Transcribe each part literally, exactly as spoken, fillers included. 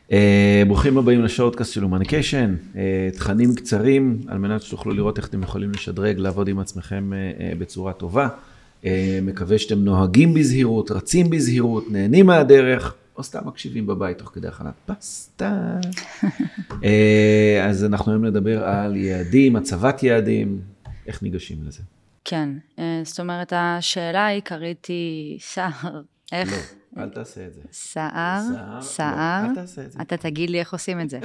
ברוכים הבאים לשורטקאסט של הומניקיישן, תכנים קצרים על מנת שתוכלו לראות איך אתם יכולים לשדרג, לעבוד עם עצמכם בצורה טובה. מקווה שאתם נוהגים בזהירות, רצים בזהירות, נהנים מהדרך, או סתם מקשיבים בבית תוך כדי הכנת פסטה. אז אנחנו היום נדבר על יעדים, הצבת יעדים, איך ניגשים לזה. כן, זאת אומרת, השאלה העיקרית היא, סער, איך... לא, אל תעשה את זה. סער, סער, לא, אל תעשה את זה. אתה תגיד לי איך עושים את זה.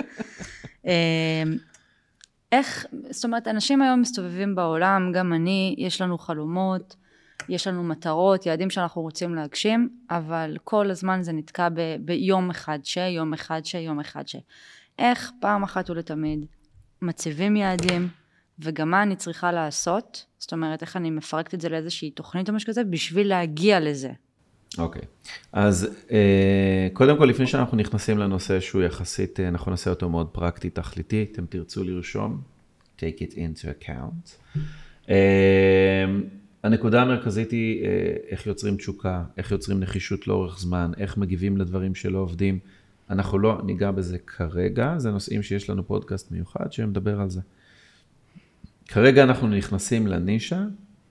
איך, זאת אומרת, אנשים היום מסתובבים בעולם, גם אני, יש לנו חלומות, יש לנו מטרות, יעדים שאנחנו רוצים להגשים, אבל כל הזמן זה נתקע ב- ביום אחד ש, יום אחד ש, יום אחד ש. איך פעם אחת ולתמיד מציבים יעדים, וגם מה אני צריכה לעשות, זאת אומרת, איך אני מפרקת את זה לאיזושהי תוכנית או משהו כזה, בשביל להגיע לזה. אוקיי, אז אה, קודם כל, לפני שאנחנו נכנסים לנושא שהוא יחסית, אנחנו נעשה אותו מאוד פרקטי, תכליתי, אתם תרצו לרשום, take it into account. אה, הנקודה המרכזית היא אה, איך יוצרים תשוקה, איך יוצרים נחישות לאורך זמן, איך מגיבים לדברים שלא עובדים. אנחנו לא ניגע בזה כרגע, זה נושאים שיש לנו פודקאסט מיוחד שמדבר על זה. כרגע אנחנו נכנסים לנישה,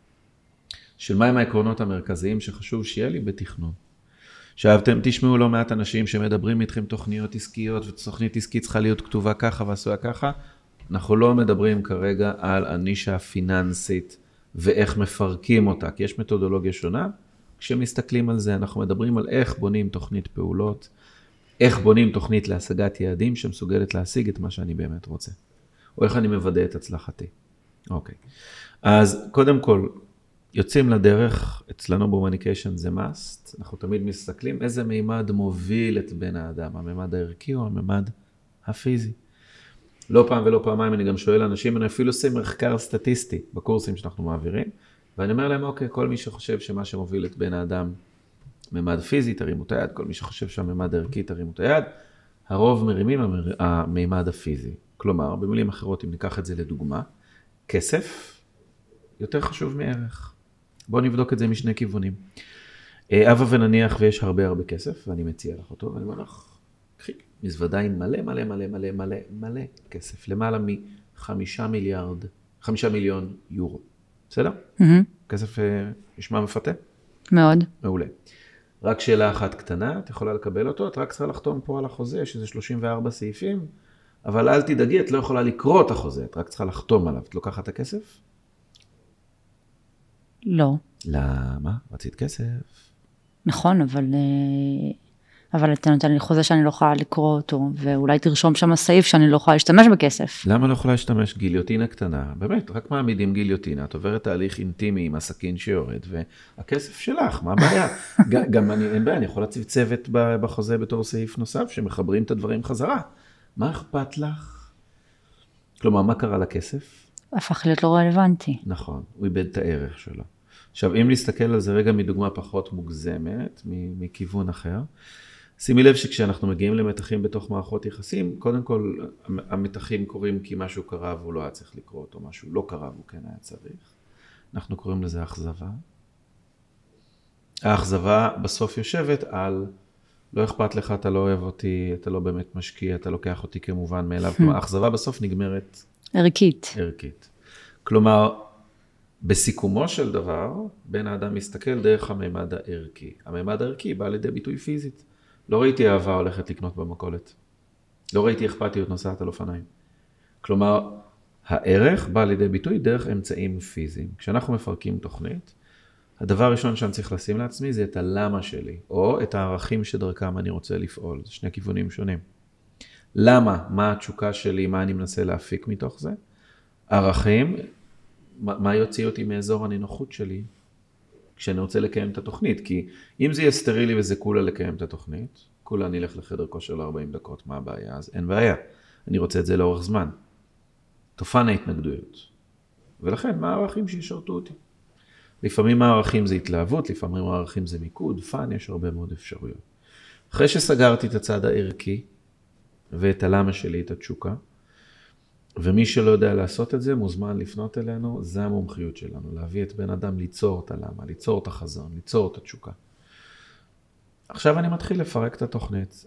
של מהם העקרונות המרכזיים שחשוב שיהיה לי בתכנון. עכשיו, אתם תשמעו לא מעט אנשים שמדברים איתכם תוכניות עסקיות, ותוכנית עסקית צריכה להיות כתובה ככה ועשויה ככה. אנחנו לא מדברים כרגע על הנישה הפיננסית ואיך מפרקים אותה, כי יש מתודולוגיה שונה. כשמסתכלים על זה, אנחנו מדברים על איך בונים תוכנית פעולות, איך בונים תוכנית להשגת יעדים שמסוגלת להשיג את מה שאני באמת רוצה, או איך אני מוודא את הצלחתי. אוקיי. אז קודם כל, יוצאים לדרך, אצלנו בהומניקיישן זה must, אנחנו תמיד מסתכלים איזה מימד מוביל את בן האדם, הממד הערכי או הממד הפיזי. לא פעם ולא פעמיים אני גם שואל אנשים, אני אפילו עושה מחקר סטטיסטי בקורסים שאנחנו מעבירים, ואני אומר להם, אוקיי, כל מי שחושב שמה שמוביל את בן האדם, ממד פיזי, תרימו את היד, כל מי שחושב שהממד הערכי, תרימו את היד, הרוב מרימים הממד הפיזי. כלומר, במילים אחרות, אם ניקח את זה לדוגמה, כסף יותר חשוב מערך. בואו נבדוק את זה משני כיוונים. אבא ונניח ויש הרבה הרבה כסף, ואני מציע לך אותו, ואני אומר לך, קחי, מזוודה עם מלא מלא מלא מלא מלא מלא כסף, למעלה מחמישה מיליארד, חמישה מיליון יורו. בסדר? Mm-hmm. כסף נשמע מפתה? מאוד. מעולה. רק שאלה אחת קטנה, את יכולה לקבל אותו, את רק צריכה לחתום פה על החוזה, שזה שלושים וארבעה סעיפים, אבל אל תדאגי, את לא יכולה לקרוא את החוזה, את רק צריכה לחתום עליו. את לוקחת את הכסף? לא. למה? רצית כסף. נכון, אבל, אבל אתה נותן לי חוזה שאני לא יכולה לקרוא אותו, ואולי תרשום שם סעיף שאני לא יכולה להשתמש בכסף. למה לא יכולה להשתמש? גיליוטינה קטנה. באמת, רק מעמידים גיליוטינה. את עוברת תהליך אינטימי עם הסכין שיורד, והכסף שלך, מה הבעיה? גם אני, אין בעיה, אני יכול להציב צוות בחוזה בתור סעיף נוסף, שמחברים את הדברים חזרה. מה אכפת לך? כלומר, מה קרה לכסף? הפך להיות לא רלוונטי. נכון, הוא איבד את הערך שלו. עכשיו, אם להסתכל על זה רגע מדוגמה פחות מוגזמת, מכיוון אחר, שימי לב שכשאנחנו מגיעים למתחים בתוך מערכות יחסים, קודם כל, המתחים קורים כי משהו קרה והוא לא היה צריך לקרוא אותו, משהו לא קרה והוא כן היה צריך. אנחנו קוראים לזה אכזבה. האכזבה בסוף יושבת על, לא אכפת לך, אתה לא אוהב אותי, אתה לא באמת משקיע, אתה לוקח אותי כמובן מאליו. כלומר, האכזבה בסוף נגמרת ערכית. ערכית. כלומר, בסיכומו של דבר, בן האדם מסתכל דרך הממד הערכי. הממד הערכי בא לידי ביטוי פיזית. לא ראיתי אהבה הולכת לקנות במכולת. לא ראיתי אכפתיות נוסעת על אופניים. כלומר, הערך בא לידי ביטוי דרך אמצעים פיזיים. כשאנחנו מפרקים תוכנית, הדבר הראשון שאני צריך לשים לעצמי זה את הלמה שלי, או את הערכים שדרכם אני רוצה לפעול. זה שני כיוונים שונים. למה? מה התשוקה שלי? מה אני מנסה להפיק מתוך זה? ערכים, מה יוציא אותי מאזור הנינוחות שלי כשאני רוצה לקיים את התוכנית? כי אם זה יהיה סטרילי וזה כולה לקיים את התוכנית, כולה אני אלך לחדר כושר ל-ארבעים דקות, מה הבעיה? אז אין בעיה. אני רוצה את זה לאורך זמן. תופן ההתנגדויות. ולכן, מה הערכים שישרתו אותי? לפעמים הערכים זה התלהבות, לפעמים הערכים זה מיקוד, פן, יש הרבה מאוד אפשרויות. אחרי שסגרתי את הצד הערכי, ואת הלמה שלי, את התשוקה, ומי שלא יודע לעשות את זה, מוזמן לפנות אלינו, זה המומחיות שלנו, להביא את בן אדם ליצור את הלמה, ליצור את החזון, ליצור את התשוקה. עכשיו אני מתחיל לפרק את התוכנית.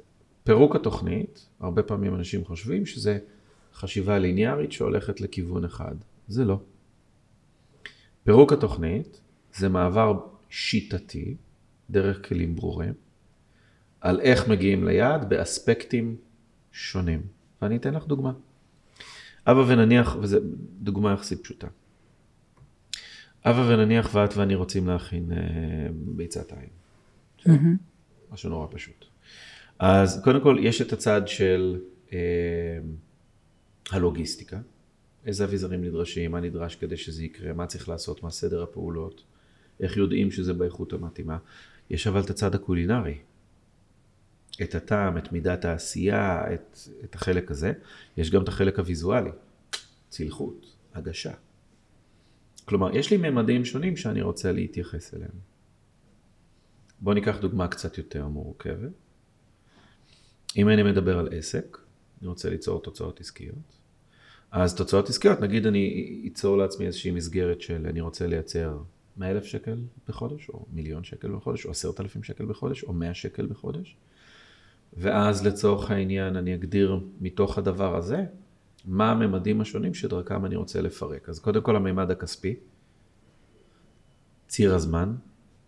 פירוק התוכנית, הרבה פעמים אנשים חושבים שזה חשיבה ליניארית שהולכת לכיוון אחד. זה לא. פירוק התוכנית זה מעבר שיטתי, דרך כלים ברורים, על איך מגיעים ליעד באספקטים שונים. ואני אתן לך דוגמה. אבא ונניח, וזו דוגמה יחסית פשוטה. אבא ונניח ואת ואני רוצים להכין אה, ביצת עין. Mm-hmm. משהו נורא פשוט. אז קודם כל יש את הצד של אה, הלוגיסטיקה. איזה אביזרים נדרשים, מה נדרש כדי שזה יקרה, מה צריך לעשות, מה סדר הפעולות, איך יודעים שזה באיכות המתאימה. יש אבל את הצד הקולינרי. את הטעם, את מידת העשייה, את, את החלק הזה. יש גם את החלק הוויזואלי, צלחות, הגשה. כלומר, יש לי ממדים שונים שאני רוצה להתייחס אליהם. בואו ניקח דוגמה קצת יותר מורכבת. אם אני מדבר על עסק, אני רוצה ליצור תוצאות עסקיות. אז תוצאות עסקיות, נגיד אני אצור לעצמי איזושהי מסגרת של אני רוצה לייצר מאה אלף שקל בחודש, או מיליון שקל בחודש, או עשרת אלפים שקל בחודש, או מאה שקל בחודש. ואז לצורך העניין אני אגדיר מתוך הדבר הזה, מה הממדים השונים שדרכם אני רוצה לפרק. אז קודם כל הממד הכספי, ציר הזמן,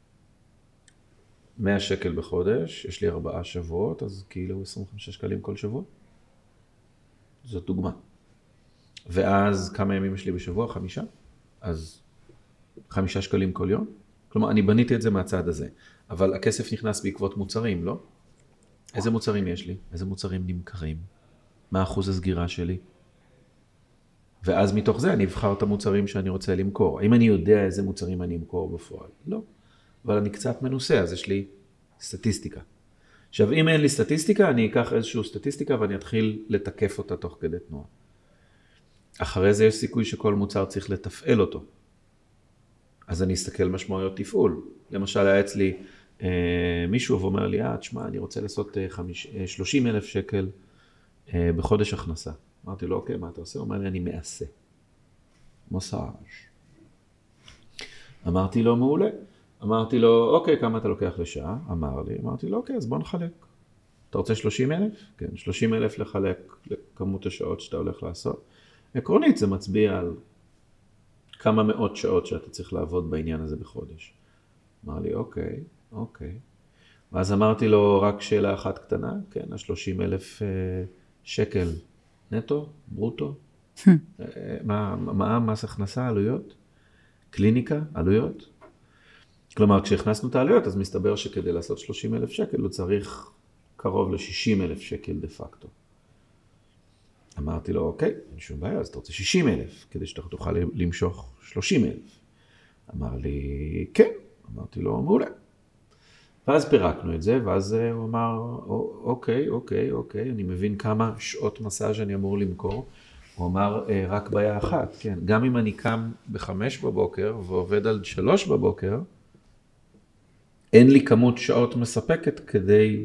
מאה שקל בחודש, יש לי ארבעה שבועות, אז כאילו עשרים וחמישה שקלים כל שבוע. זאת דוגמה. ואז כמה ימים יש לי בשבוע? חמישה? אז חמישה שקלים כל יום? כלומר, אני בניתי את זה מהצד הזה. אבל הכסף נכנס בעקבות מוצרים, לא? איזה מוצרים יש לי? איזה מוצרים נמכרים? מה אחוז הסגירה שלי? ואז מתוך זה אני אבחר את המוצרים שאני רוצה למכור. האם אני יודע איזה מוצרים אני אמכור בפועל? לא. אבל אני קצת מנוסה, אז יש לי סטטיסטיקה. עכשיו, אם אין לי סטטיסטיקה, אני אקח איזושהי סטטיסטיקה ואני אתחיל לתקף אותה תוך כדי תנועה. אחרי זה יש סיכוי שכל מוצר צריך לתפעל אותו. אז אני אסתכל משמעויות תפעול. למשל, היה אצלי אה, מישהו ואומר לי, אה, תשמע, אני רוצה לעשות אה, חמיש, אה, שלושים אלף שקל אה, בחודש הכנסה. אמרתי לו, אוקיי, מה אתה עושה? הוא אומר לי, אני מעשה. מוסאז'. אמרתי לו, מעולה. אמרתי לו, אוקיי, כמה אתה לוקח לשעה? אמר לי, אמרתי לו, אוקיי, אז בוא נחלק. אתה רוצה שלושים אלף? כן, שלושים אלף לחלק לכמות השעות שאתה הולך לעשות. עקרונית זה מצביע על כמה מאות שעות שאתה צריך לעבוד בעניין הזה בחודש. אמר לי, אוקיי, אוקיי. ואז אמרתי לו רק שאלה אחת קטנה, כן, ה-שלושים אלף שקל נטו, ברוטו, מה, מה, מס הכנסה, עלויות, קליניקה, עלויות. כלומר, כשהכנסנו את העלויות, אז מסתבר שכדי לעשות שלושים אלף שקל, הוא צריך קרוב ל-שישים אלף שקל דה פקטו. אמרתי לו, אוקיי, אין שום בעיה, אז אתה רוצה שישים אלף, כדי שאתה תוכל למשוך שלושים אלף. אמר לי, כן. אמרתי לו, מעולה. ואז פירקנו את זה, ואז הוא אמר, אוקיי, אוקיי, אוקיי, אני מבין כמה שעות מסאז' אני אמור למכור. הוא אמר, רק בעיה אחת, כן, גם אם אני קם בחמש בבוקר ועובד על שלוש בבוקר, אין לי כמות שעות מספקת כדי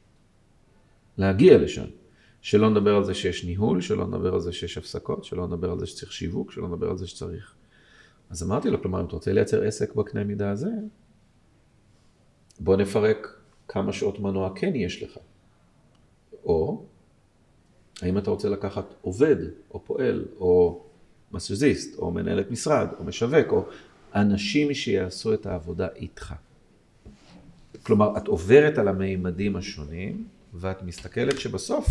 להגיע לשם. שלא נדבר על זה שיש ניהול, שלא נדבר על זה שיש הפסקות, שלא נדבר על זה שצריך שיווק, שלא נדבר על זה שצריך. אז אמרתי לו, כלומר, אם אתה רוצה לייצר עסק בקנה מידה הזה, בוא נפרק כמה שעות מנוע כן יש לך. או, האם אתה רוצה לקחת עובד, או פועל, או מסוזיסט, או מנהלת משרד, או משווק, או אנשים שיעשו את העבודה איתך. כלומר, את עוברת על המימדים השונים, ואת מסתכלת שבסוף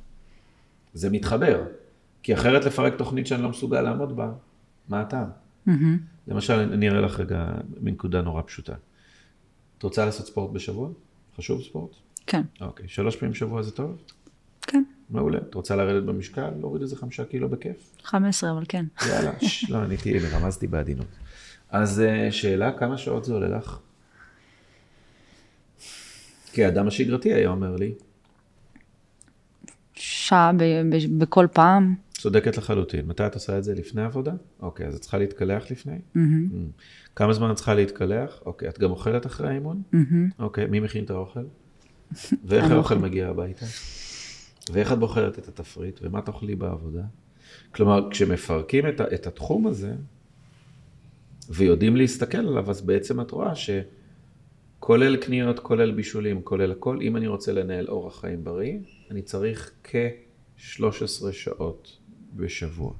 זה מתחבר. כי אחרת לפרק תוכנית שאני לא מסוגל לעמוד בה, מה הטעם? Mm-hmm. למשל, אני אראה לך רגע מנקודה נורא פשוטה. את רוצה לעשות ספורט בשבוע? חשוב ספורט? כן. אוקיי, שלוש פעמים בשבוע זה טוב? כן. מעולה. את רוצה לרדת במשקל? להוריד איזה חמישה קילו בכיף? חמש עשרה, אבל כן. יאללה, לא, אני תהיה, רמזתי בעדינות. אז שאלה, כמה שעות זה עולה לך? כי האדם השגרתי היה אומר לי. שעה ב- ב- בכל פעם. צודקת לחלוטין. מתי את עושה את זה? לפני העבודה? אוקיי, אז את צריכה להתקלח לפני? Mm-hmm. Mm. כמה זמן את צריכה להתקלח? אוקיי, את גם אוכלת אחרי האימון? Mm-hmm. אוקיי, מי מכין את האוכל? ואיך האוכל מגיע הביתה? ואיך את בוחרת את התפריט? ומה תאכלי בעבודה? כלומר, כשמפרקים את, את התחום הזה, ויודעים להסתכל עליו, אז בעצם את רואה כולל קניות, כולל בישולים, כולל הכל. אם אני רוצה לנהל אורח חיים בריא, אני צריך כ-שלוש עשרה שעות בשבוע.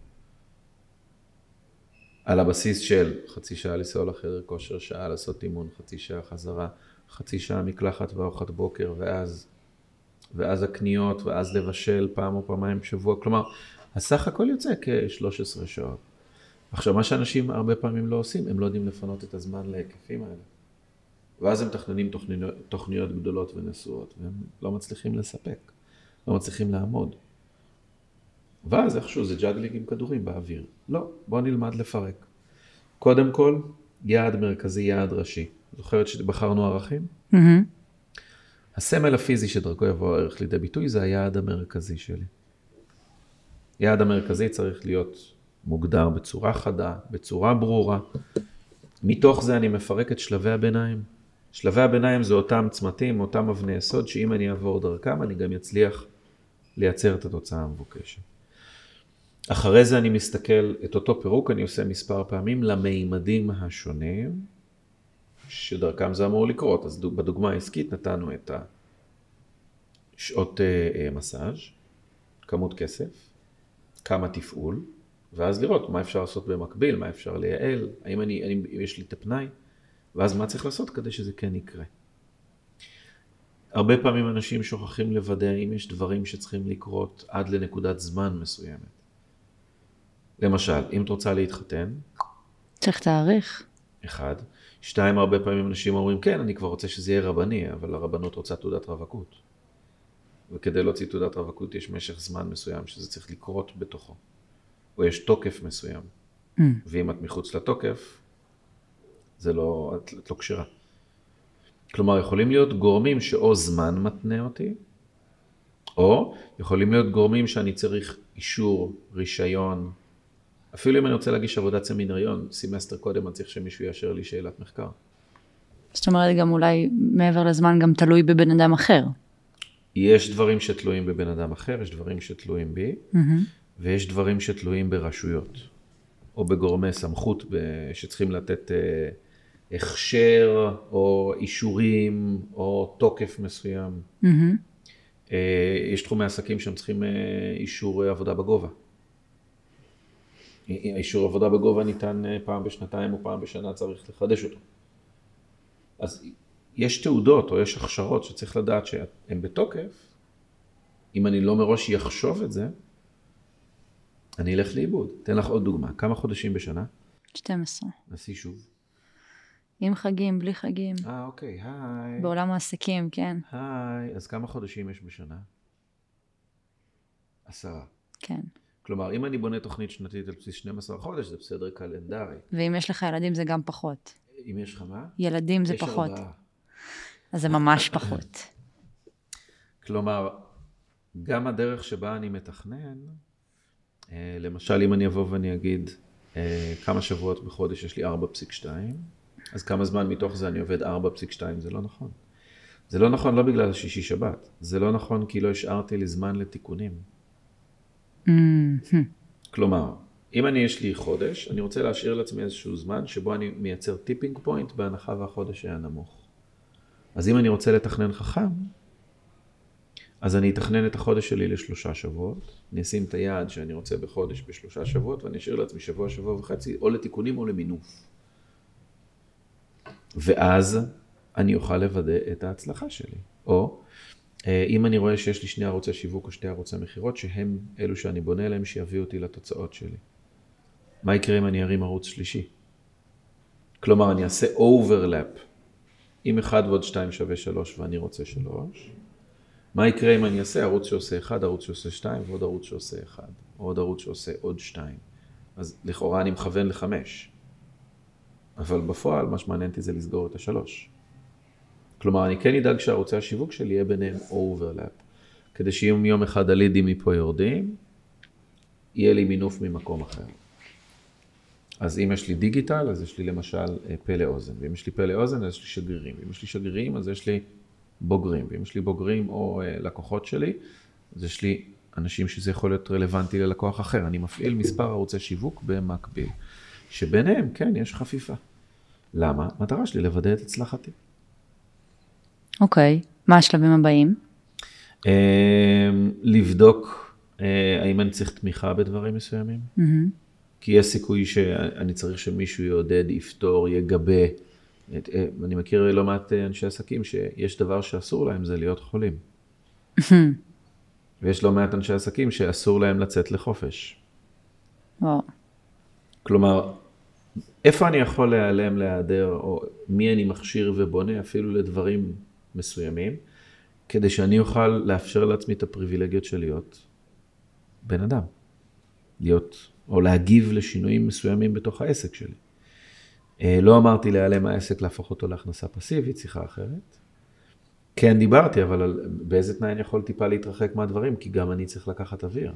על הבסיס של חצי שעה לנסוע לחדר כושר, שעה לעשות אימון, חצי שעה חזרה, חצי שעה מקלחת וארוחת בוקר, ואז, ואז הקניות, ואז לבשל פעם או פעמיים בשבוע. כלומר, הסך הכל יוצא כ-שלוש עשרה שעות. עכשיו, מה שאנשים הרבה פעמים לא עושים, הם לא יודעים לפנות את הזמן להיקפים האלה. ואז הם תכננים תוכניות, תוכניות גדולות ונשואות, והם לא מצליחים לספק, לא מצליחים לעמוד. ואז איכשהו זה ג'אגלינג עם כדורים באוויר. לא, בוא נלמד לפרק. קודם כל, יעד מרכזי, יעד ראשי. זוכרת שבחרנו ערכים? Mm-hmm. הסמל הפיזי שדרכו יבוא הערך לידי ביטוי, זה היעד המרכזי שלי. יעד המרכזי צריך להיות מוגדר בצורה חדה, בצורה ברורה. מתוך זה אני מפרק את שלבי הביניים. שלבי הביניים זה אותם צמתים, אותם אבני יסוד, שאם אני אעבור דרכם, אני גם יצליח לייצר את התוצאה המבוקשת. אחרי זה אני מסתכל, את אותו פירוק אני עושה מספר פעמים למימדים השונים, שדרכם זה אמור לקרות. אז בדוגמה העסקית נתנו את שעות מסאז', כמות כסף, כמה תפעול, ואז לראות מה אפשר לעשות במקביל, מה אפשר לייעל, האם אני, אני, יש לי את הפנאי, ואז מה צריך לעשות כדי שזה כן יקרה. הרבה פעמים אנשים שוכחים לוודא אם יש דברים שצריכים לקרות עד לנקודת זמן מסוימת. למשל, אם את רוצה להתחתן, צריך תאריך. אחד. שתיים, הרבה פעמים אנשים אומרים, כן, אני כבר רוצה שזה יהיה רבני, אבל הרבנות רוצה תעודת רווקות. וכדי להוציא תעודת רווקות יש משך זמן מסוים שזה צריך לקרות בתוכו. או יש תוקף מסוים. Mm. ואם את מחוץ לתוקף, זה לא, את, את לא קשרה. כלומר, יכולים להיות גורמים שאו זמן מתנה אותי, או יכולים להיות גורמים שאני צריך אישור, רישיון, אפילו אם אני רוצה להגיש עבודת סמינריון, סמסטר קודם אני צריך שמישהו יאשר לי שאלת מחקר. זאת אומרת, גם אולי מעבר לזמן גם תלוי בבן אדם אחר. יש דברים שתלויים בבן אדם אחר, יש דברים שתלויים בי, mm-hmm. ויש דברים שתלויים ברשויות, או בגורמי סמכות שצריכים לתת הכשר, או אישורים, או תוקף מסוים. Mm-hmm. יש תחומי עסקים שהם צריכים אישור עבודה בגובה. האישור עבודה בגובה ניתן פעם בשנתיים או פעם בשנה, צריך לחדש אותו. אז יש תעודות או יש הכשרות שצריך לדעת שהן בתוקף. אם אני לא מראש יחשוב את זה, אני אלך לאיבוד. תן לך עוד דוגמה. כמה חודשים בשנה? שתים עשרה. נסי שוב. עם חגים, בלי חגים. אה, אוקיי, היי. בעולם העסקים, כן. היי, אז כמה חודשים יש בשנה? עשרה. כן. כלומר, אם אני בונה תוכנית שנתית על בסיס שנים עשר חודש, זה בסדר קלנדרי. ואם יש לך ילדים זה גם פחות. אם יש לך מה? ילדים זה יש פחות. ארבעה. אז זה ממש פחות. כלומר, גם הדרך שבה אני מתכנן, למשל, אם אני אבוא ואני אגיד, כמה שבועות בחודש יש לי ארבע נקודה שתיים, אז כמה זמן מתוך זה אני עובד ארבע נקודה שתיים, זה לא נכון. זה לא נכון לא בגלל השישי שבת, זה לא נכון כי לא השארתי לי זמן לתיקונים. כלומר, אם אני יש לי חודש, אני רוצה להשאיר לעצמי איזשהו זמן שבו אני מייצר טיפינג פוינט בהנחה והחודש היה נמוך. אז אם אני רוצה לתכנן חכם, אז אני אתכנן את החודש שלי לשלושה שבועות, אני אשים את היעד שאני רוצה בחודש בשלושה שבועות, ואני אשאיר לעצמי שבוע, שבוע וחצי, או לתיקונים או למינוף. ואז אני אוכל לוודא את ההצלחה שלי. או אם אני רואה שיש לי שני ערוצי שיווק או שתי ערוצי מחירות, שהם אלו שאני בונה להם שיביאו אותי לתוצאות שלי. מה יקרה אם אני ארים ערוץ שלישי? כלומר, אני אעשה אוברלאפ. אם אחד ועוד שתיים שווה שלוש ואני רוצה שלוש, מה יקרה אם אני אעשה ערוץ שעושה אחד, ערוץ שעושה שתיים ועוד ערוץ שעושה אחד, או עוד ערוץ שעושה עוד שתיים. אז לכאורה אני מכוון לחמש. אבל בפועל מה שמעניין אותי זה לסגור את השלוש. כלומר, אני כן אדאג שהערוצי השיווק שלי יהיה ביניהם אוברלאפ, כדי שיום יום אחד הלידים מפה יורדים, יהיה לי מינוף ממקום אחר. אז אם יש לי דיגיטל, אז יש לי למשל פה לאוזן, ואם יש לי פה לאוזן, אז יש לי שגרירים, ואם יש לי שגרירים, אז יש לי בוגרים, ואם יש לי בוגרים או לקוחות שלי, אז יש לי אנשים שזה יכול להיות רלוונטי ללקוח אחר. אני מפעיל מספר ערוצי שיווק במקביל, שביניהם, כן, יש חפיפה. למה? מטרה שלי לוודא את הצלחתי. אוקיי, מה השלבים הבאים? לבדוק האם אני צריך תמיכה בדברים מסוימים. כי יש סיכוי שאני צריך שמישהו יעודד, יפתור, יגבה. אני מכיר לא מעט אנשי עסקים שיש דבר שאסור להם, זה להיות חולים. ויש לא מעט אנשי עסקים שאסור להם לצאת לחופש. וואו. כלומר, איפה אני יכול להיעלם, להיעדר, או מי אני מכשיר ובונה, אפילו לדברים מסוימים, כדי שאני אוכל לאפשר לעצמי את הפריבילגיות של להיות בן אדם. להיות, או להגיב לשינויים מסוימים בתוך העסק שלי. לא אמרתי להיעלם העסק, להפוך אותו להכנסה פסיבית, שיחה אחרת. כן דיברתי, אבל באיזה תנאי אני יכול טיפה להתרחק מהדברים, כי גם אני צריך לקחת אוויר.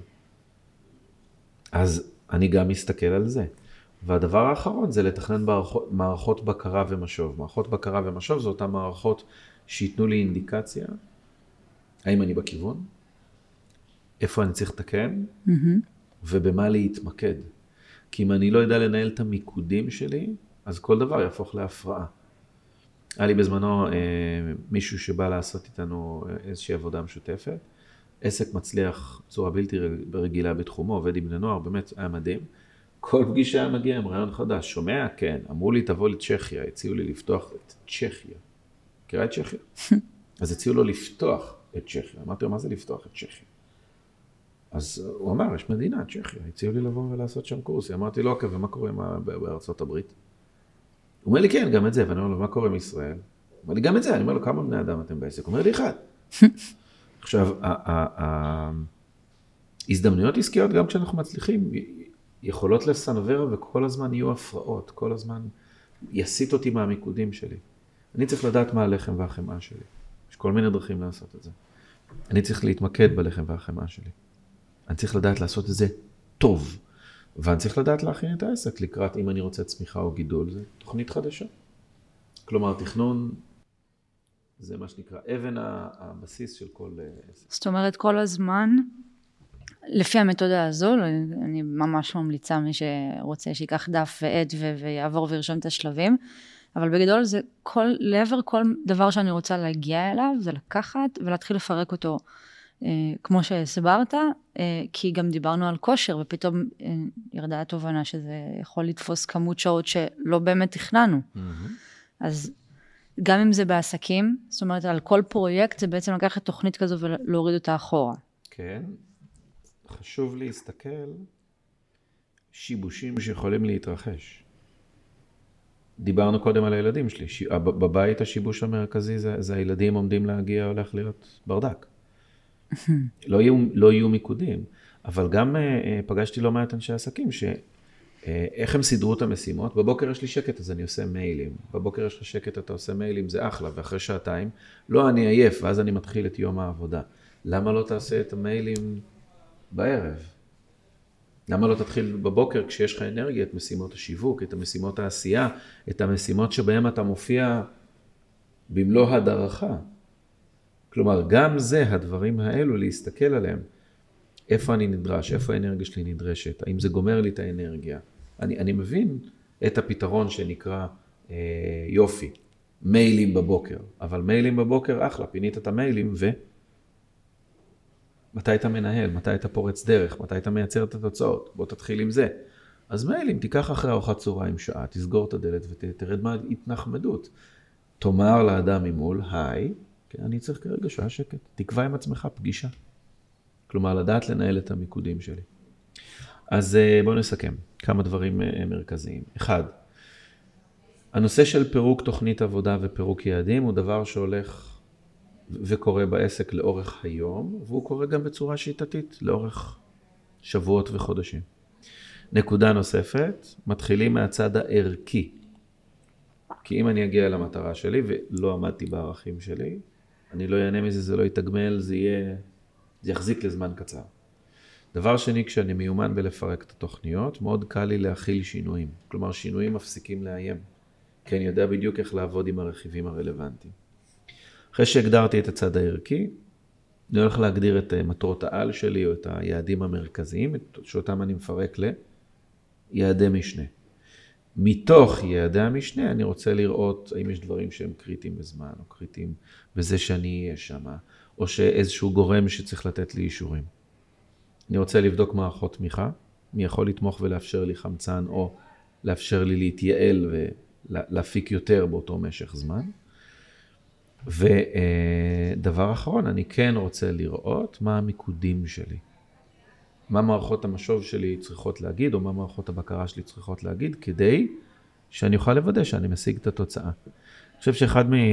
אז אני גם מסתכל על זה. והדבר האחרון זה לתכנן מערכות, מערכות בקרה ומשוב. מערכות בקרה ומשוב זה אותן מערכות שיתנו לי אינדיקציה, האם אני בכיוון, איפה אני צריך לתקן, mm-hmm. ובמה להתמקד. כי אם אני לא יודע לנהל את המיקודים שלי, אז כל דבר יהפוך להפרעה. היה לי בזמנו אה, מישהו שבא לעשות איתנו איזושהי עבודה משותפת, עסק מצליח צורה בלתי רגילה בתחומו, עובד עם בני נוער, באמת היה מדהים. כל פגישה היה מגיע עם רעיון חדש, שומע? כן. אמרו לי, תבוא לצ'כיה, הציעו לי לפתוח את צ'כיה. מכירה את צ'כיה? אז הציעו לו לפתוח את צ'כיה. אמרתי לו, מה זה לפתוח את צ'כיה? אז הוא אמר, יש מדינה, צ'כיה. הציעו לי לבוא ולעשות שם קורסי. אמרתי לו, אוקיי, ומה קורה בארצות הברית? הוא אומר לי, כן, גם את זה. ואני אומר לו, מה קורה עם ישראל? הוא אומר לי, גם את זה. אני אומר לו, כמה בני אדם אתם בעסק? הוא אומר לי, אחד. עכשיו, ההזדמנויות עסקיות, גם כשאנחנו מצליחים, יכולות לסנבר וכל הזמן יהיו הפרעות, כל הזמן יסיט אותי מהמיקודים שלי. אני צריך לדעת מה הלחם והחמאה שלי. יש כל מיני דרכים לעשות את זה. אני צריך להתמקד בלחם והחמאה שלי. אני צריך לדעת לעשות את זה טוב. ואני צריך לדעת להכין את העסק לקראת אם אני רוצה צמיחה או גידול. זה תוכנית חדשה. כלומר, תכנון זה מה שנקרא אבן הבסיס של כל עסק. זאת אומרת, כל הזמן, לפי המתודה הזו, אני ממש ממליצה מי שרוצה שיקח דף ועד ויעבור וירשום את השלבים, אבל בגדול זה כל, לעבר כל דבר שאני רוצה להגיע אליו, זה לקחת ולהתחיל לפרק אותו, אה, כמו שהסברת, אה, כי גם דיברנו על כושר, ופתאום אה, ירדה התובנה שזה יכול לתפוס כמות שעות שלא באמת תכננו. Mm-hmm. אז גם אם זה בעסקים, זאת אומרת, על כל פרויקט, זה בעצם לקחת תוכנית כזו ולהוריד אותה אחורה. כן. חשוב להסתכל שיבושים שיכולים להתרחש. דיברנו קודם על הילדים שלי. ש... בבית השיבוש המרכזי זה, זה הילדים עומדים להגיע, הולך להיות ברדק. לא יהיו, לא יהיו מיקודים. אבל גם uh, פגשתי לא מעט אנשי עסקים ש... Uh, איך הם סידרו את המשימות? בבוקר יש לי שקט, אז אני עושה מיילים. בבוקר יש לך שקט, אתה עושה מיילים, זה אחלה. ואחרי שעתיים, לא, אני עייף, ואז אני מתחיל את יום העבודה. למה לא תעשה את המיילים בערב? למה לא תתחיל בבוקר כשיש לך אנרגיה, את משימות השיווק, את המשימות העשייה, את המשימות שבהן אתה מופיע במלוא הדרכה? כלומר, גם זה, הדברים האלו, להסתכל עליהם. איפה אני נדרש, איפה האנרגיה שלי נדרשת, האם זה גומר לי את האנרגיה. אני, אני מבין את הפתרון שנקרא אה, יופי, מיילים בבוקר, אבל מיילים בבוקר, אחלה, פינית את המיילים ו... מתי אתה מנהל, מתי אתה פורץ דרך, מתי אתה מייצר את התוצאות, בוא תתחיל עם זה. אז מיילים, תיקח אחרי ארוחת צהריים שעה, תסגור את הדלת ותרד מההתנחמדות. תאמר לאדם ממול, היי, כן, אני צריך כרגע שעה שקט, תקבע עם עצמך פגישה. כלומר, לדעת לנהל את המיקודים שלי. אז בואו נסכם כמה דברים מרכזיים. אחד, הנושא של פירוק תוכנית עבודה ופירוק יעדים הוא דבר שהולך וקורה בעסק לאורך היום, והוא קורה גם בצורה שיטתית לאורך שבועות וחודשים. נקודה נוספת, מתחילים מהצד הערכי. כי אם אני אגיע למטרה שלי ולא עמדתי בערכים שלי, אני לא יענה מזה, זה לא יתגמל, זה יהיה, זה יחזיק לזמן קצר. דבר שני, כשאני מיומן בלפרק את התוכניות, מאוד קל לי להכיל שינויים. כלומר, שינויים מפסיקים לאיים. כי אני יודע בדיוק איך לעבוד עם הרכיבים הרלוונטיים. אחרי שהגדרתי את הצד הערכי, אני הולך להגדיר את מטרות העל שלי או את היעדים המרכזיים, שאותם אני מפרק ליעדי משנה. מתוך יעדי המשנה, אני רוצה לראות האם יש דברים שהם קריטיים בזמן, או קריטיים בזה שאני אהיה שם, או שאיזשהו גורם שצריך לתת לי אישורים. אני רוצה לבדוק מערכות תמיכה, מי יכול לתמוך ולאפשר לי חמצן, או לאפשר לי להתייעל ולהפיק יותר באותו משך זמן. ודבר אחרון, אני כן רוצה לראות מה המיקודים שלי. מה מערכות המשוב שלי צריכות להגיד, או מה מערכות הבקרה שלי צריכות להגיד, כדי שאני אוכל לוודא שאני משיג את התוצאה. אני חושב שאחד מ...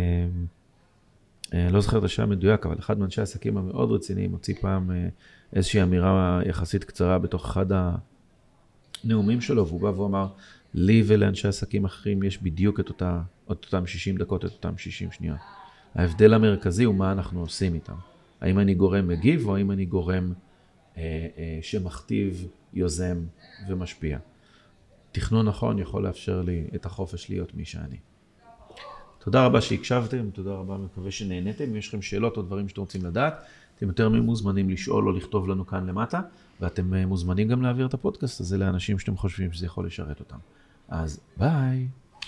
לא זוכר את השעה המדויק, אבל אחד מאנשי העסקים המאוד רציניים הוציא פעם איזושהי אמירה יחסית קצרה בתוך אחד הנאומים שלו, והוא בא ואמר, לי ולאנשי עסקים אחרים יש בדיוק את אותה, את אותם שישים דקות, את אותם שישים שניות. ההבדל המרכזי הוא מה אנחנו עושים איתם. האם אני גורם מגיב, או האם אני גורם אה, אה, שמכתיב, יוזם ומשפיע. תכנון נכון יכול לאפשר לי את החופש להיות מי שאני. תודה רבה שהקשבתם, תודה רבה, מקווה שנהנתם. אם יש לכם שאלות או דברים שאתם רוצים לדעת, אתם יותר מוזמנים לשאול או לכתוב לנו כאן למטה, ואתם מוזמנים גם להעביר את הפודקאסט הזה לאנשים שאתם חושבים שזה יכול לשרת אותם. אז ביי.